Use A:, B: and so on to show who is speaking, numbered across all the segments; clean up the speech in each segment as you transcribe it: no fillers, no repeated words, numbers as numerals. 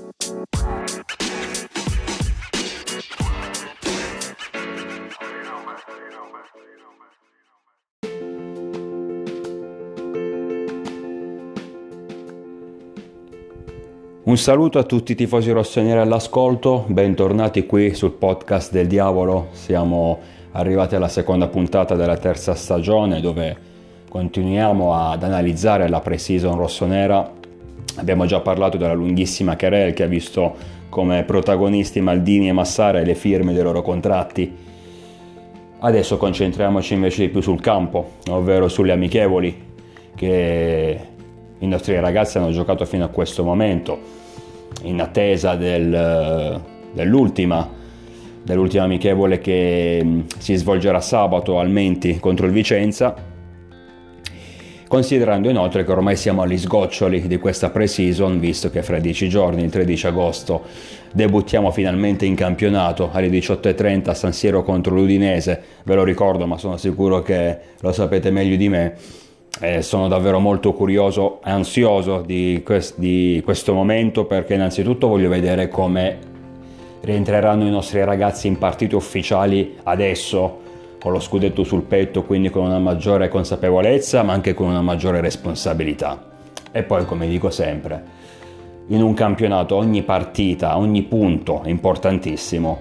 A: Un saluto a tutti i tifosi rossoneri all'ascolto, bentornati qui sul podcast del Diavolo. Siamo arrivati alla seconda puntata della terza stagione dove continuiamo ad analizzare la pre-season rossonera. Abbiamo già parlato della lunghissima querela che ha visto come protagonisti Maldini e Massara e le firme dei loro contratti. Adesso concentriamoci invece di più sul campo, ovvero sulle amichevoli che i nostri ragazzi hanno giocato fino a questo momento, in attesa dell'ultima amichevole che si svolgerà sabato al Menti contro il Vicenza, considerando inoltre che ormai siamo agli sgoccioli di questa pre-season, visto che fra 10 giorni, il 13 agosto, debuttiamo finalmente in campionato alle 18:30 a San Siro contro l'Udinese. Ve lo ricordo, ma sono sicuro che lo sapete meglio di me. Sono davvero molto curioso e ansioso di questo momento, perché innanzitutto voglio vedere come rientreranno i nostri ragazzi in partite ufficiali adesso, con lo scudetto sul petto, quindi con una maggiore consapevolezza ma anche con una maggiore responsabilità. E poi, come dico sempre, in un campionato ogni partita, ogni punto è importantissimo.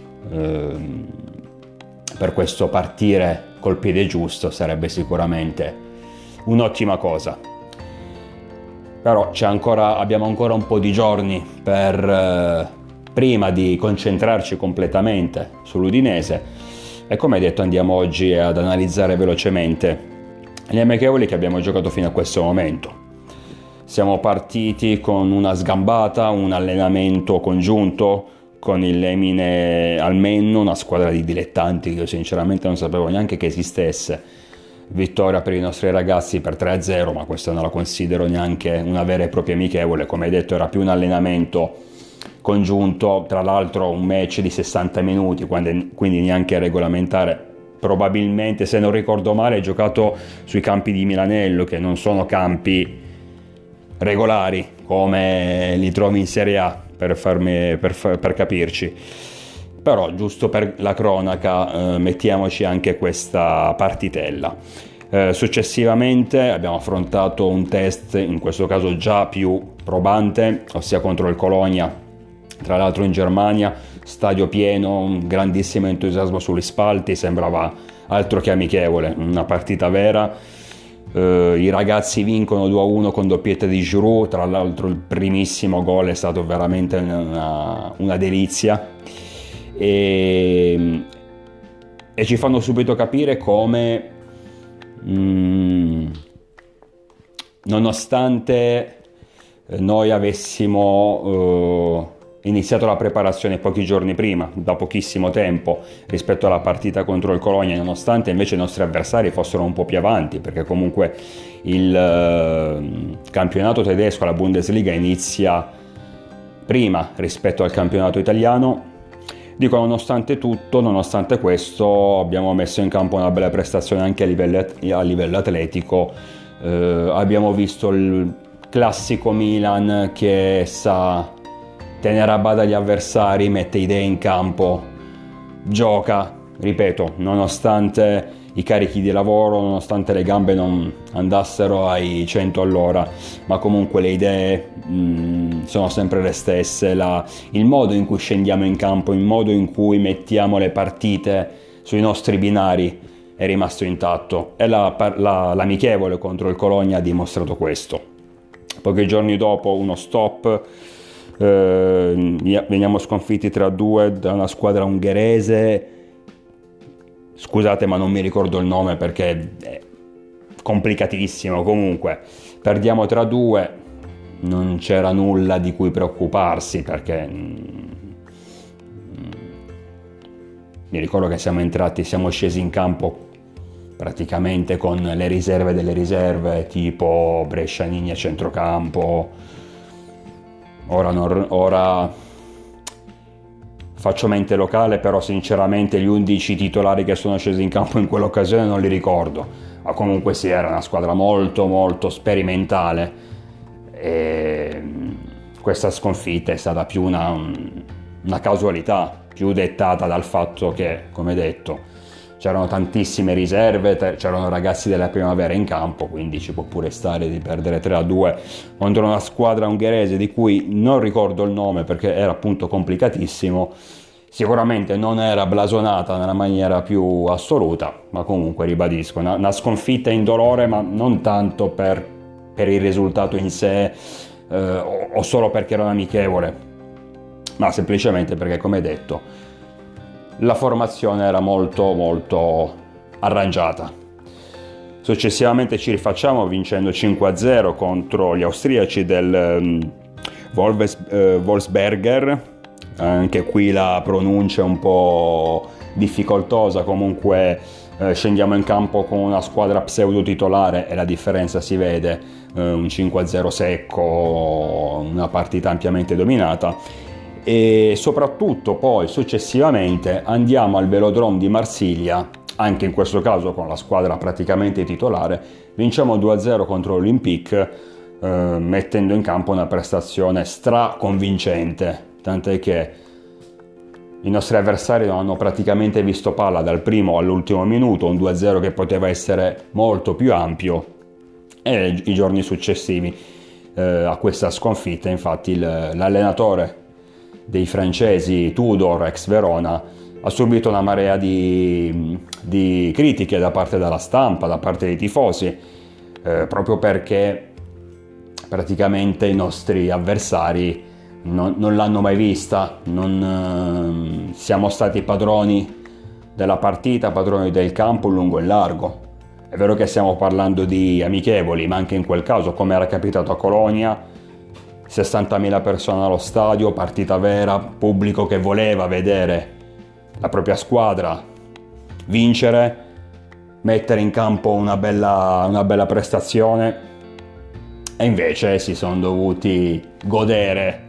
A: Per questo partire col piede giusto sarebbe sicuramente un'ottima cosa. Però abbiamo ancora un po' di giorni prima di concentrarci completamente sull'Udinese, e come detto andiamo oggi ad analizzare velocemente le amichevoli che abbiamo giocato fino a questo momento. Siamo partiti con una sgambata, un allenamento congiunto con il Lemine Almenno, una squadra di dilettanti che io sinceramente non sapevo neanche che esistesse. Vittoria per i nostri ragazzi per 3-0, ma questa non la considero neanche una vera e propria amichevole. Come detto, era più un allenamento congiunto, tra l'altro un match di 60 minuti, quindi neanche regolamentare. Probabilmente, se non ricordo male, è giocato sui campi di Milanello, che non sono campi regolari come li trovi in Serie A, per capirci. Però, giusto per la cronaca, mettiamoci anche questa partitella. Successivamente abbiamo affrontato un test, in questo caso già più probante, ossia contro il Colonia, tra l'altro in Germania, stadio pieno, un grandissimo entusiasmo sugli spalti, sembrava altro che amichevole, una partita vera. I ragazzi vincono 2-1 con doppietta di Giroud, tra l'altro il primissimo gol è stato veramente una delizia. E ci fanno subito capire come nonostante noi avessimo iniziato la preparazione pochi giorni prima, da pochissimo tempo rispetto alla partita contro il Colonia, nonostante invece i nostri avversari fossero un po' più avanti, perché comunque il campionato tedesco, la Bundesliga, inizia prima rispetto al campionato italiano. Dico, nonostante tutto, nonostante questo, abbiamo messo in campo una bella prestazione anche a livello atletico. Abbiamo visto il classico Milan che sa tenere a bada gli avversari, mette idee in campo, gioca, ripeto, nonostante i carichi di lavoro, nonostante le gambe non andassero ai 100 all'ora, ma comunque le idee sono sempre le stesse, il modo in cui scendiamo in campo, il modo in cui mettiamo le partite sui nostri binari è rimasto intatto, e l'amichevole contro il Colonia ha dimostrato questo. Pochi giorni dopo uno stop, veniamo sconfitti 3-2 da una squadra ungherese. Scusate, ma non mi ricordo il nome perché è complicatissimo. Comunque perdiamo 3-2, non c'era nulla di cui preoccuparsi, perché mi ricordo che siamo scesi in campo praticamente con le riserve delle riserve, tipo Brescianini a centrocampo. Ora faccio mente locale, però sinceramente gli 11 titolari che sono scesi in campo in quell'occasione non li ricordo, ma comunque sì, era una squadra molto molto sperimentale, e questa sconfitta è stata più una casualità, più dettata dal fatto che, come detto, c'erano tantissime riserve, c'erano ragazzi della primavera in campo, quindi ci può pure stare di perdere 3-2 contro una squadra ungherese di cui non ricordo il nome perché era appunto complicatissimo. Sicuramente non era blasonata nella maniera più assoluta, ma comunque ribadisco, una sconfitta indolore, ma non tanto per il risultato in sé o solo perché era un amichevole, ma semplicemente perché, come detto, la formazione era molto molto arrangiata. Successivamente ci rifacciamo vincendo 5-0 contro gli austriaci del Wolfsberger. Anche qui la pronuncia è un po' difficoltosa, comunque scendiamo in campo con una squadra pseudo titolare e la differenza si vede, un 5-0 secco, una partita ampiamente dominata. E soprattutto poi successivamente andiamo al Velodrome di Marsiglia, anche in questo caso con la squadra praticamente titolare, vinciamo 2-0 contro l'Olympique, mettendo in campo una prestazione straconvincente, tant'è che i nostri avversari non hanno praticamente visto palla dal primo all'ultimo minuto, un 2-0 che poteva essere molto più ampio, e i giorni successivi a questa sconfitta infatti l'allenatore dei francesi, Tudor, ex Verona, ha subito una marea di critiche da parte della stampa, da parte dei tifosi, proprio perché praticamente i nostri avversari non l'hanno mai vista, non siamo stati padroni della partita, padroni del campo lungo e largo. È vero che stiamo parlando di amichevoli, ma anche in quel caso, come era capitato a Colonia, 60.000 persone allo stadio, partita vera, pubblico che voleva vedere la propria squadra vincere, mettere in campo una bella prestazione, e invece si sono dovuti godere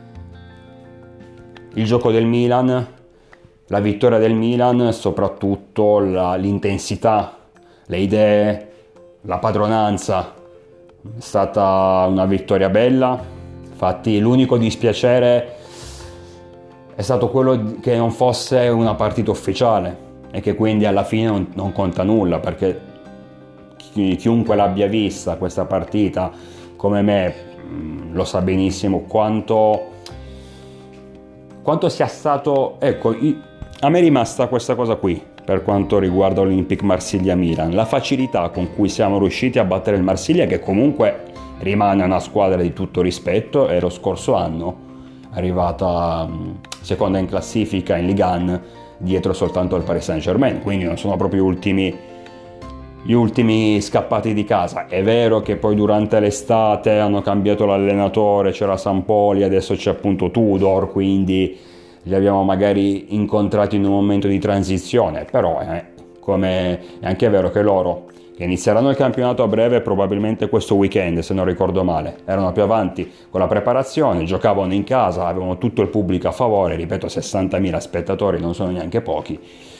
A: il gioco del Milan, la vittoria del Milan, soprattutto l'intensità, le idee, la padronanza. È stata una vittoria bella. Infatti l'unico dispiacere è stato quello che non fosse una partita ufficiale e che quindi alla fine non conta nulla, perché chiunque l'abbia vista questa partita come me lo sa benissimo quanto sia stato, ecco, a me è rimasta questa cosa qui per quanto riguarda l'Olympique Marsiglia-Milan, la facilità con cui siamo riusciti a battere il Marsiglia, che comunque rimane una squadra di tutto rispetto, e lo scorso anno arrivata seconda in classifica in Ligue 1, dietro soltanto al Paris Saint-Germain, quindi non sono proprio gli ultimi scappati di casa. È vero che poi durante l'estate hanno cambiato l'allenatore, c'era Sampoli, adesso c'è appunto Tudor, quindi li abbiamo magari incontrati in un momento di transizione, però come è anche vero che loro, che inizieranno il campionato a breve, probabilmente questo weekend se non ricordo male, erano più avanti con la preparazione, giocavano in casa, avevano tutto il pubblico a favore, ripeto 60.000 spettatori non sono neanche pochi.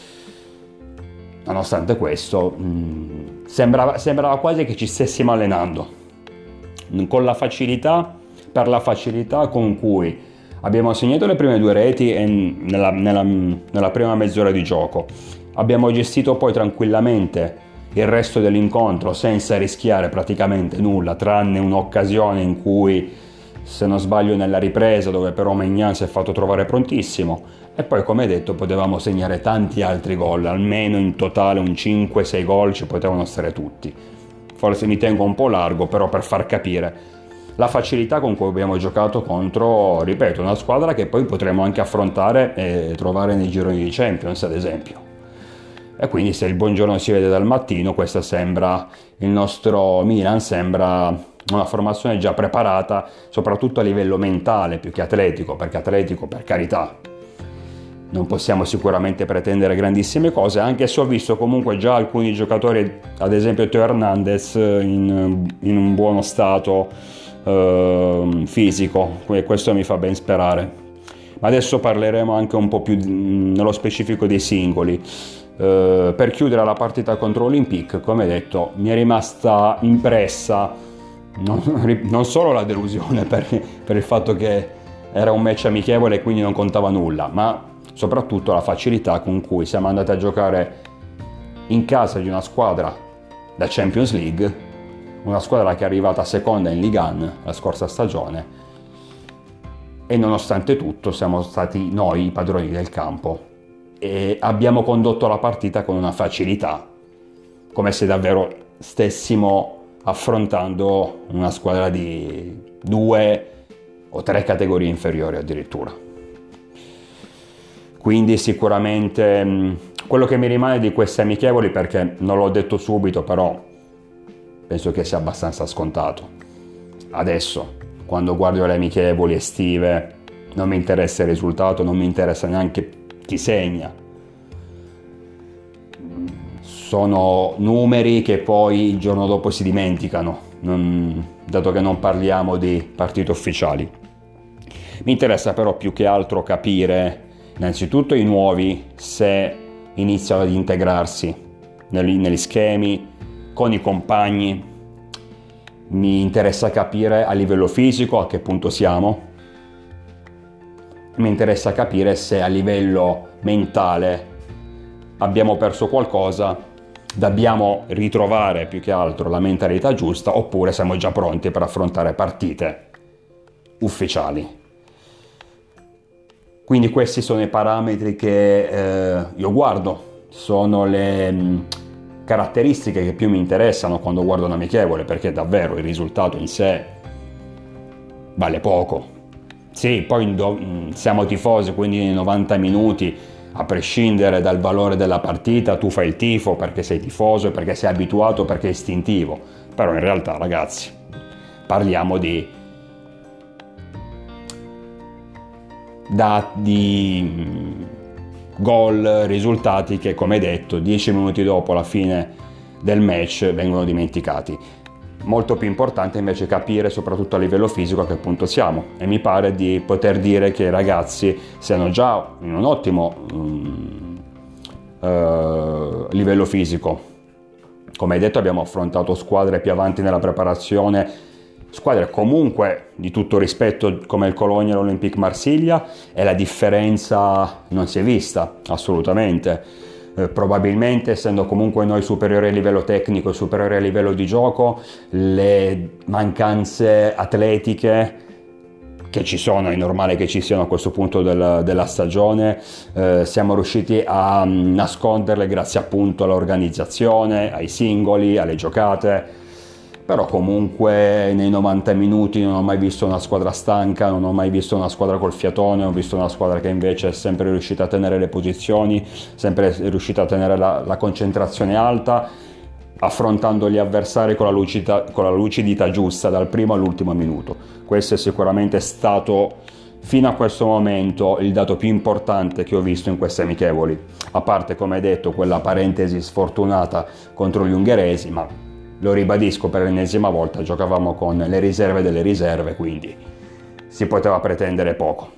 A: Nonostante questo sembrava quasi che ci stessimo allenando, con la facilità, per la facilità con cui abbiamo segnato le prime 2 reti nella prima mezz'ora di gioco. Abbiamo gestito poi tranquillamente il resto dell'incontro senza rischiare praticamente nulla, tranne un'occasione in cui, se non sbaglio, nella ripresa, dove però Maignan si è fatto trovare prontissimo, e poi, come detto, potevamo segnare tanti altri gol, almeno in totale un 5-6 gol ci potevano stare tutti. Forse mi tengo un po' largo, però per far capire la facilità con cui abbiamo giocato contro, ripeto, una squadra che poi potremo anche affrontare e trovare nei gironi di Champions, ad esempio. E quindi se il buongiorno si vede dal mattino, questa sembra, il nostro Milan sembra una formazione già preparata, soprattutto a livello mentale più che atletico, perché atletico, per carità, non possiamo sicuramente pretendere grandissime cose, anche se ho visto comunque già alcuni giocatori, ad esempio Teo Hernandez, in un buono stato fisico, e questo mi fa ben sperare. Ma adesso parleremo anche un po' più nello specifico dei singoli. Per chiudere la partita contro l'Olympique, come detto, mi è rimasta impressa non solo la delusione per il fatto che era un match amichevole e quindi non contava nulla, ma soprattutto la facilità con cui siamo andati a giocare in casa di una squadra da Champions League, una squadra che è arrivata seconda in Ligue 1 la scorsa stagione, e nonostante tutto siamo stati noi i padroni del campo e abbiamo condotto la partita con una facilità, come se davvero stessimo affrontando una squadra di 2 o 3 categorie inferiori addirittura. Quindi sicuramente quello che mi rimane di queste amichevoli, perché non l'ho detto subito, però penso che sia abbastanza scontato. Adesso, quando guardo le amichevoli estive, non mi interessa il risultato, non mi interessa neanche chi segna. Sono numeri che poi il giorno dopo si dimenticano, dato che non parliamo di partite ufficiali. Mi interessa però più che altro capire innanzitutto i nuovi, se iniziano ad integrarsi negli schemi, con i compagni. Mi interessa capire a livello fisico a che punto siamo. Mi interessa capire se a livello mentale abbiamo perso qualcosa, dobbiamo ritrovare più che altro la mentalità giusta, oppure siamo già pronti per affrontare partite ufficiali. Quindi questi sono i parametri che io guardo, sono le caratteristiche che più mi interessano quando guardo un amichevole, perché davvero il risultato in sé vale poco. Sì, poi siamo tifosi, quindi nei 90 minuti, a prescindere dal valore della partita, tu fai il tifo perché sei tifoso, perché sei abituato, perché è istintivo. Però in realtà, ragazzi, parliamo di gol, risultati che, come detto, 10 minuti dopo la fine del match vengono dimenticati. Molto più importante invece capire, soprattutto a livello fisico, a che punto siamo, e mi pare di poter dire che i ragazzi siano già in un ottimo livello fisico. Come hai detto, abbiamo affrontato squadre più avanti nella preparazione, squadre comunque di tutto rispetto come il Colonia e l'Olympique Marsiglia, e la differenza non si è vista assolutamente. Probabilmente, essendo comunque noi superiori a livello tecnico e superiori a livello di gioco, le mancanze atletiche che ci sono, è normale che ci siano a questo punto della stagione, siamo riusciti a nasconderle grazie appunto all'organizzazione, ai singoli, alle giocate. Però comunque nei 90 minuti non ho mai visto una squadra stanca, non ho mai visto una squadra col fiatone, ho visto una squadra che invece è sempre riuscita a tenere le posizioni, sempre riuscita a tenere la concentrazione alta, affrontando gli avversari con la lucidità giusta dal primo all'ultimo minuto. Questo è sicuramente stato, fino a questo momento, il dato più importante che ho visto in queste amichevoli, a parte, come detto, quella parentesi sfortunata contro gli ungheresi, ma lo ribadisco per l'ennesima volta, giocavamo con le riserve delle riserve, quindi si poteva pretendere poco.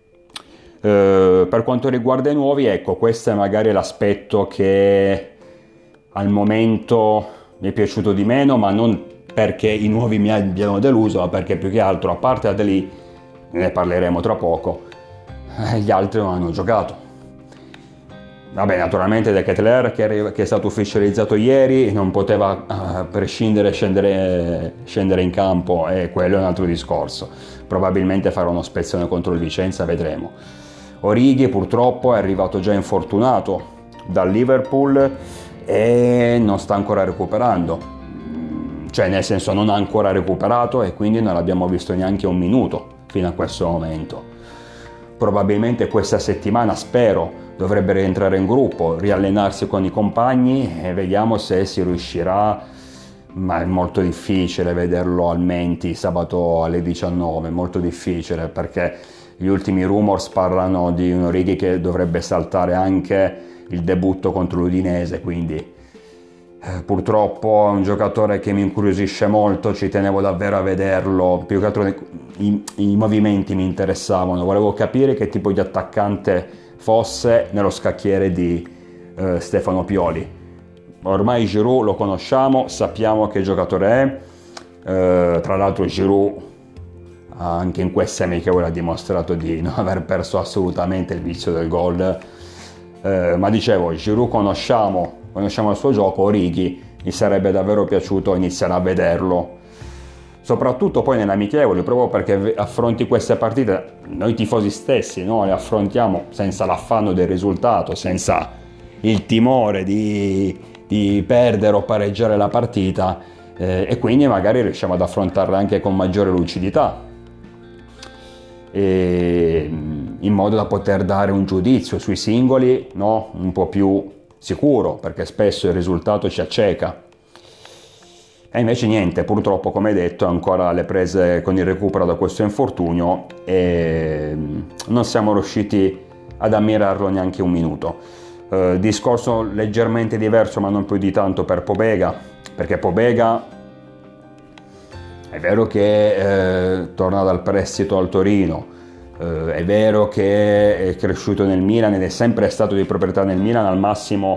A: Per quanto riguarda i nuovi, ecco, questo è magari l'aspetto che al momento mi è piaciuto di meno, ma non perché i nuovi mi abbiano deluso, ma perché più che altro, a parte Adli, ne parleremo tra poco, gli altri non hanno giocato. Vabbè, naturalmente De Ketelaere, che è stato ufficializzato ieri, non poteva a prescindere scendere in campo, e quello è un altro discorso. Probabilmente farà uno spezzone contro il Vicenza, vedremo. Origi purtroppo è arrivato già infortunato dal Liverpool e non sta ancora recuperando, cioè nel senso non ha ancora recuperato, e quindi non l'abbiamo visto neanche un minuto fino a questo momento. Probabilmente questa settimana, spero, dovrebbe rientrare in gruppo, riallenarsi con i compagni, e vediamo se si riuscirà, ma è molto difficile vederlo al Menti sabato alle 19, molto difficile, perché gli ultimi rumors parlano di un Origi che dovrebbe saltare anche il debutto contro l'Udinese, quindi purtroppo è un giocatore che mi incuriosisce molto, ci tenevo davvero a vederlo, più che altro i movimenti mi interessavano, volevo capire che tipo di attaccante fosse nello scacchiere di Stefano Pioli. Ormai Giroud lo conosciamo, sappiamo che giocatore è, Tra l'altro Giroud anche in queste amichevoli ha dimostrato di non aver perso assolutamente il vizio del gol, ma dicevo, Giroud conosciamo il suo gioco. Origi mi sarebbe davvero piaciuto iniziare a vederlo, soprattutto poi nelle amichevoli, proprio perché affronti queste partite, noi tifosi stessi, no? Le affrontiamo senza l'affanno del risultato, senza il timore di perdere o pareggiare la partita, e quindi magari riusciamo ad affrontarla anche con maggiore lucidità, in modo da poter dare un giudizio sui singoli, no? Un po' più sicuro, perché spesso il risultato ci acceca. E invece niente, purtroppo, come detto, ancora alle prese con il recupero da questo infortunio e non siamo riusciti ad ammirarlo neanche un minuto. Discorso leggermente diverso, ma non più di tanto, per Pobega, perché Pobega è vero che torna dal prestito al Torino, è vero che è cresciuto nel Milan ed è sempre stato di proprietà nel Milan, al massimo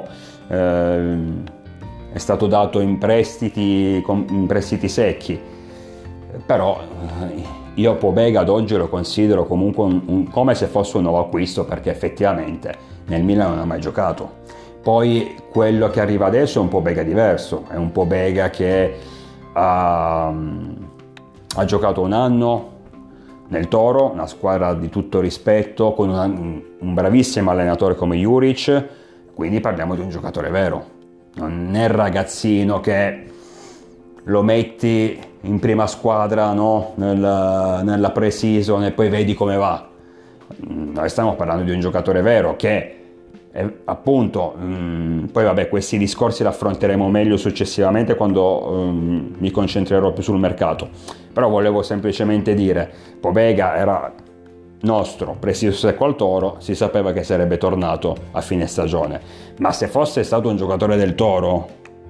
A: è stato dato in prestiti secchi, però io Pobega ad oggi lo considero comunque come se fosse un nuovo acquisto, perché effettivamente nel Milan non ha mai giocato. Poi quello che arriva adesso è un Pobega diverso, è un Pobega che ha giocato un anno nel Toro, una squadra di tutto rispetto, con un bravissimo allenatore come Juric, quindi parliamo di un giocatore vero. Non è il ragazzino che lo metti in prima squadra, no? nella pre-season e poi vedi come va. Noi stiamo parlando di un giocatore vero che appunto, poi vabbè, questi discorsi li affronteremo meglio successivamente quando mi concentrerò più sul mercato, però volevo semplicemente dire, Pobega era nostro, presidio secco al Toro, si sapeva che sarebbe tornato a fine stagione, ma se fosse stato un giocatore del Toro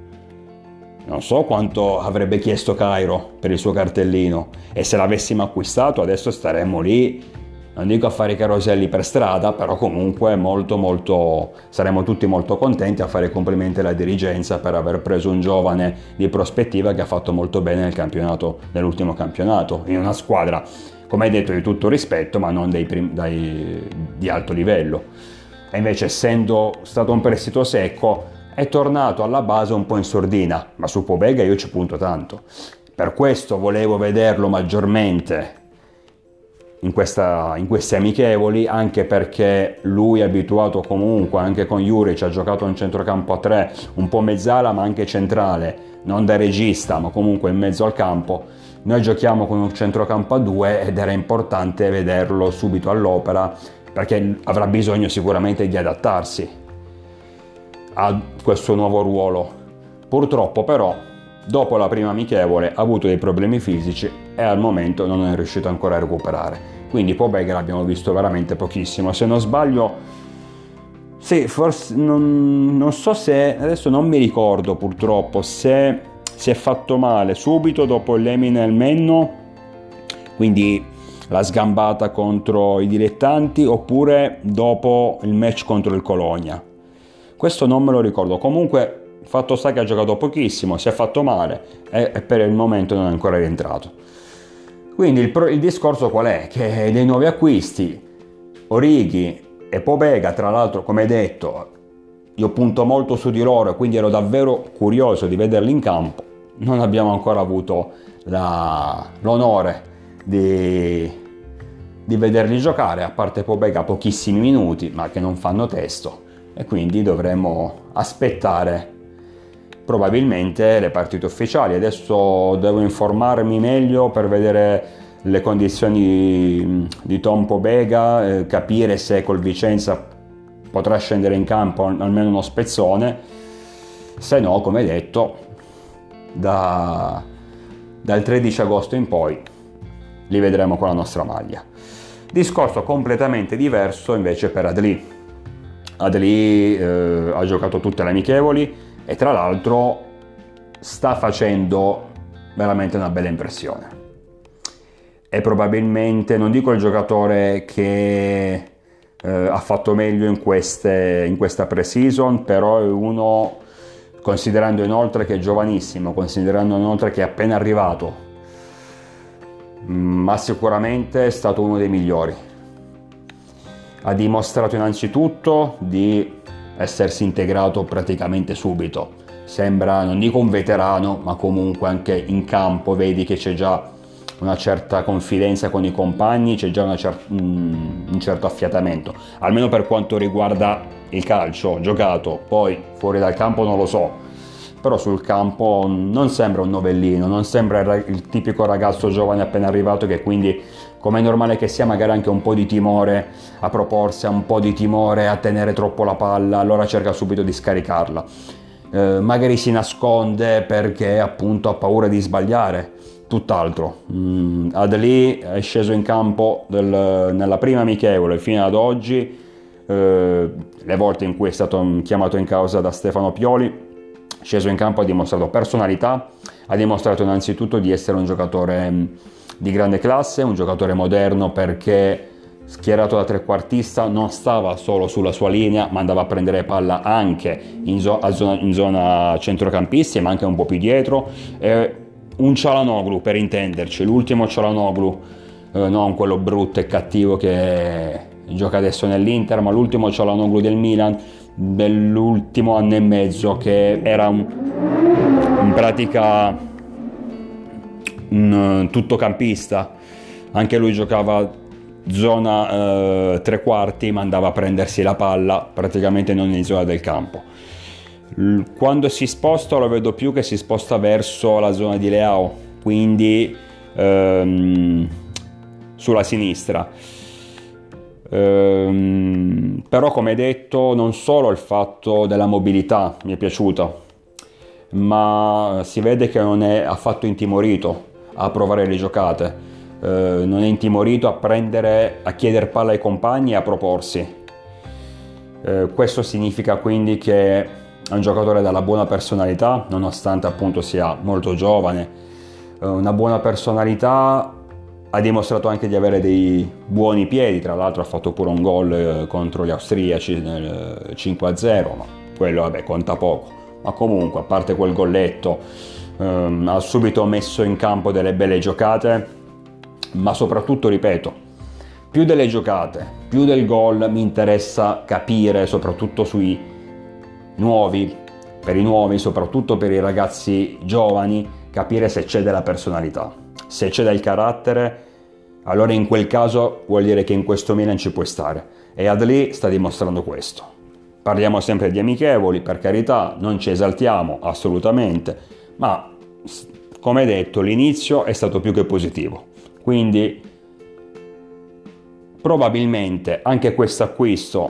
A: non so quanto avrebbe chiesto Cairo per il suo cartellino, e se l'avessimo acquistato adesso staremmo lì, non dico a fare i caroselli per strada, però comunque saremmo tutti molto contenti, a fare complimenti alla dirigenza per aver preso un giovane di prospettiva che ha fatto molto bene nell'ultimo campionato, in una squadra, come hai detto, di tutto rispetto, ma non di alto livello. E invece, essendo stato un prestito secco, è tornato alla base un po' in sordina, ma su Pobega io ci punto tanto. Per questo volevo vederlo maggiormente in queste amichevoli, anche perché lui è abituato comunque, anche con Juric, ha giocato un centrocampo a 3, un po' mezzala ma anche centrale, non da regista ma comunque in mezzo al campo. Noi giochiamo con un centrocampo a 2 ed era importante vederlo subito all'opera, perché avrà bisogno sicuramente di adattarsi a questo nuovo ruolo. Purtroppo però dopo la prima amichevole ha avuto dei problemi fisici e al momento non è riuscito ancora a recuperare, quindi Pobega l'abbiamo visto veramente pochissimo. Se non sbaglio, sì, forse non so se, adesso non mi ricordo purtroppo, se si è fatto male subito dopo l'Emine al Menno, quindi la sgambata contro i dilettanti, oppure dopo il match contro il Colonia. Questo non me lo ricordo. Comunque, fatto sta che ha giocato pochissimo, si è fatto male e per il momento non è ancora rientrato. Quindi il discorso qual è? Che dei nuovi acquisti, Origi e Pobega, tra l'altro, come detto, io punto molto su di loro e quindi ero davvero curioso di vederli in campo. Non abbiamo ancora avuto l'onore di vederli giocare, a parte Pobega pochissimi minuti, ma che non fanno testo, e quindi dovremo aspettare probabilmente le partite ufficiali. Adesso devo informarmi meglio per vedere le condizioni di Tom Pobega, capire se col Vicenza potrà scendere in campo almeno uno spezzone, se no, come detto, dal 13 agosto in poi li vedremo con la nostra maglia. Discorso completamente diverso invece per Adli. Adli ha giocato tutte le amichevoli e tra l'altro sta facendo veramente una bella impressione. È probabilmente, non dico il giocatore che ha fatto meglio in questa pre-season, però è uno, considerando inoltre che è giovanissimo, considerando inoltre che è appena arrivato ma sicuramente è stato uno dei migliori. Ha dimostrato innanzitutto di essersi integrato praticamente subito. Sembra, non dico un veterano, ma comunque anche in campo vedi che c'è già una certa confidenza con i compagni, c'è già un certo affiatamento, almeno per quanto riguarda il calcio giocato. Poi fuori dal campo non lo so, però sul campo non sembra un novellino, non sembra il tipico ragazzo giovane appena arrivato che quindi, come è normale che sia, magari anche un po' di timore a proporsi, ha un po' di timore a tenere troppo la palla, allora cerca subito di scaricarla. Magari si nasconde perché appunto ha paura di sbagliare, tutt'altro. Adli è sceso in campo nella prima amichevole fino ad oggi, le volte in cui è stato chiamato in causa da Stefano Pioli, sceso in campo, ha dimostrato personalità, ha dimostrato innanzitutto di essere un giocatore di grande classe, un giocatore moderno, perché schierato da trequartista non stava solo sulla sua linea, ma andava a prendere palla anche in zona centrocampisti, ma anche un po' più dietro. Un Çalhanoğlu, per intenderci, l'ultimo Çalhanoğlu, non quello brutto e cattivo che gioca adesso nell'Inter, ma l'ultimo Çalhanoğlu del Milan dell'ultimo anno e mezzo, che era in pratica un tuttocampista. Anche lui giocava zona tre quarti, ma andava a prendersi la palla praticamente non in zona del campo. Quando si sposta lo vedo più che si sposta verso la zona di Leao, quindi sulla sinistra. Però, come detto, non solo il fatto della mobilità mi è piaciuto, ma si vede che non è affatto intimorito a provare le giocate, non è intimorito a chiedere palla ai compagni e a proporsi. Questo significa quindi che è un giocatore dalla buona personalità, nonostante appunto sia molto giovane. Una buona personalità, ha dimostrato anche di avere dei buoni piedi, tra l'altro ha fatto pure un gol contro gli austriaci nel 5-0, ma quello vabbè conta poco. Ma comunque, a parte quel golletto, ha subito messo in campo delle belle giocate, ma soprattutto, ripeto, più delle giocate, più del gol, mi interessa capire, soprattutto sui nuovi, per i nuovi, soprattutto per i ragazzi giovani, capire se c'è della personalità. Se c'è del carattere, allora in quel caso vuol dire che in questo Milan ci puoi stare, e Adli sta dimostrando questo. Parliamo sempre di amichevoli, per carità, non ci esaltiamo assolutamente, ma come detto l'inizio è stato più che positivo, quindi probabilmente anche questo acquisto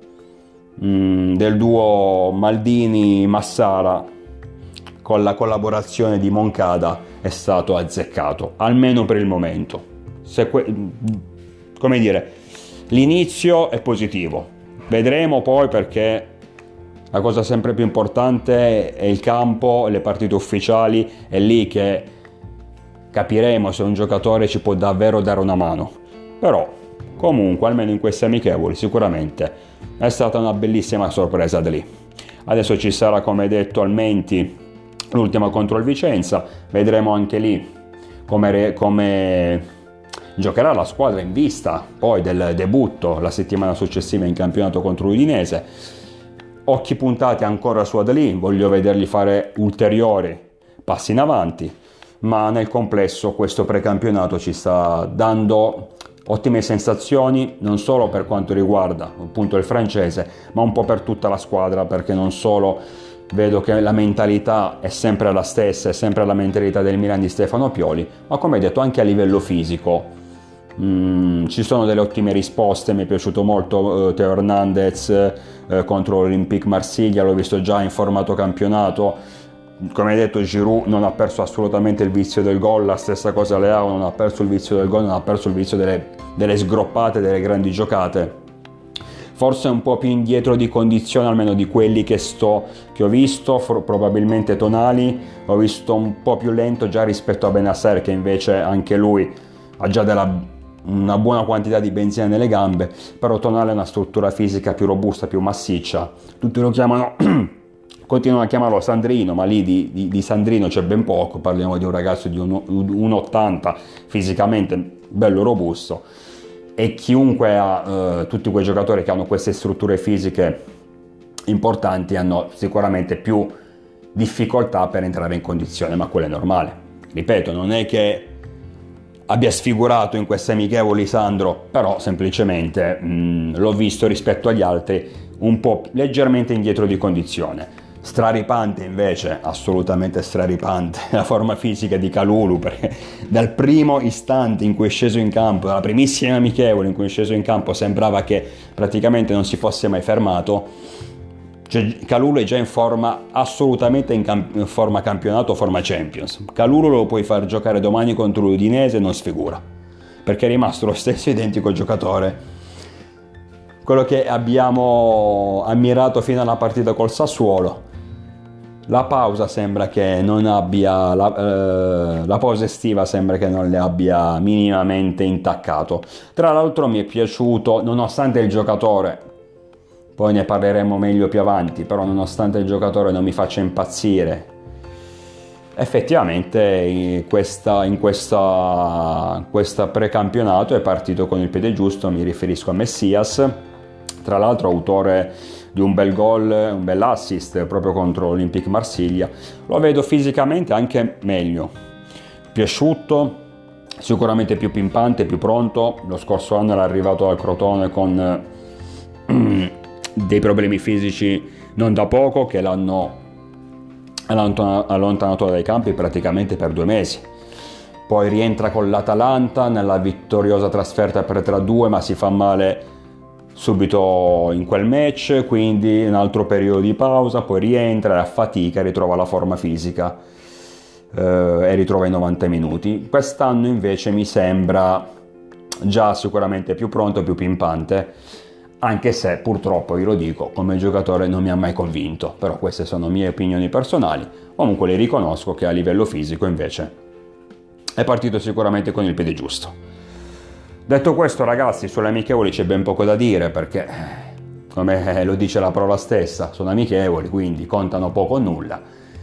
A: del duo Maldini-Massara con la collaborazione di Moncada è stato azzeccato, almeno per il momento. Come dire, l'inizio è positivo, vedremo poi, perché la cosa sempre più importante è il campo, le partite ufficiali, è lì che capiremo se un giocatore ci può davvero dare una mano. Però comunque, almeno in queste amichevoli, sicuramente è stata una bellissima sorpresa da lì. Adesso ci sarà, come detto, al Menti l'ultima contro il Vicenza, vedremo anche lì come giocherà la squadra in vista poi del debutto la settimana successiva in campionato contro l'Udinese. Occhi puntati ancora su Adli, voglio vedergli fare ulteriori passi in avanti, ma nel complesso questo precampionato ci sta dando ottime sensazioni, non solo per quanto riguarda appunto il francese, ma un po' per tutta la squadra, perché non solo vedo che la mentalità è sempre la stessa, è sempre la mentalità del Milan di Stefano Pioli, ma come detto anche a livello fisico ci sono delle ottime risposte. Mi è piaciuto molto Teo Hernandez contro l'Olympique Marsiglia, l'ho visto già in formato campionato. Come detto, Giroud non ha perso assolutamente il vizio del gol, la stessa cosa Leao non ha perso il vizio del gol, non ha perso il vizio delle sgroppate, delle grandi giocate. Forse un po' più indietro di condizione, almeno di quelli che ho visto, probabilmente Tonali ho visto un po' più lento già rispetto a Bennacer, che invece anche lui ha già una buona quantità di benzina nelle gambe, però Tonali ha una struttura fisica più robusta, più massiccia. Tutti lo chiamano continuano a chiamarlo Sandrino, ma lì di Sandrino c'è ben poco, parliamo di un ragazzo di 1,80, fisicamente bello robusto, e chiunque ha, tutti quei giocatori che hanno queste strutture fisiche importanti hanno sicuramente più difficoltà per entrare in condizione, ma quello è normale. Ripeto, non è che abbia sfigurato in queste amichevoli Sandro, però semplicemente l'ho visto rispetto agli altri un po' leggermente indietro di condizione. Straripante invece, assolutamente straripante, la forma fisica di Kalulu, perché dal primo istante in cui è sceso in campo, dalla primissima amichevole in cui è sceso in campo, sembrava che praticamente non si fosse mai fermato. Cioè, Kalulu è già in forma assolutamente in forma campionato, forma Champions. Kalulu lo puoi far giocare domani contro l'Udinese e non sfigura, perché è rimasto lo stesso identico giocatore, quello che abbiamo ammirato fino alla partita col Sassuolo. La pausa sembra che non abbia la pausa estiva sembra che non le abbia minimamente intaccato. Tra l'altro mi è piaciuto, nonostante il giocatore, poi ne parleremo meglio più avanti, però nonostante il giocatore non mi faccia impazzire, effettivamente in questa precampionato è partito con il piede giusto. Mi riferisco a Messias, tra l'altro autore di un bel gol, un bel assist proprio contro l'Olympique Marsiglia. Lo vedo fisicamente anche meglio, più asciutto, sicuramente più pimpante, più pronto. Lo scorso anno era arrivato al Crotone con dei problemi fisici non da poco, che l'hanno allontanato dai campi praticamente per 2 mesi. Poi rientra con l'Atalanta nella vittoriosa trasferta per 3-2, ma si fa male subito in quel match, quindi un altro periodo di pausa, poi rientra, affatica, ritrova la forma fisica e ritrova i 90 minuti. Quest'anno invece mi sembra già sicuramente più pronto, più pimpante, anche se purtroppo, io lo dico, come giocatore non mi ha mai convinto, però queste sono mie opinioni personali. Comunque le riconosco che a livello fisico invece è partito sicuramente con il piede giusto. Detto questo, ragazzi, sulle amichevoli c'è ben poco da dire, perché come lo dice la parola stessa, sono amichevoli, quindi contano poco o nulla.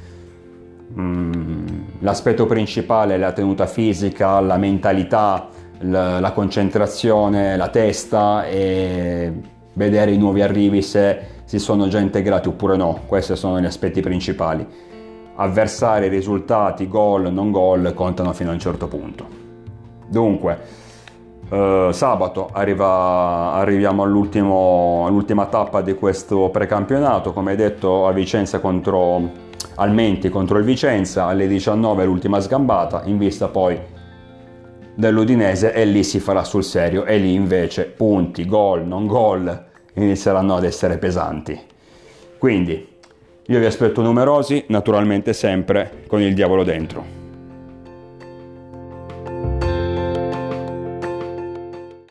A: L'aspetto principale è la tenuta fisica, la mentalità, la concentrazione, la testa, e vedere i nuovi arrivi se si sono già integrati oppure no. Questi sono gli aspetti principali. Avversari, risultati, gol, non gol contano fino a un certo punto. Dunque sabato arriviamo all'ultima tappa di questo precampionato, come detto, a Vicenza al Menti contro il Vicenza alle 19, l'ultima sgambata, in vista poi dell'Udinese, e lì si farà sul serio, e lì invece punti, gol, non gol inizieranno ad essere pesanti. Quindi io vi aspetto numerosi, naturalmente sempre con il diavolo dentro.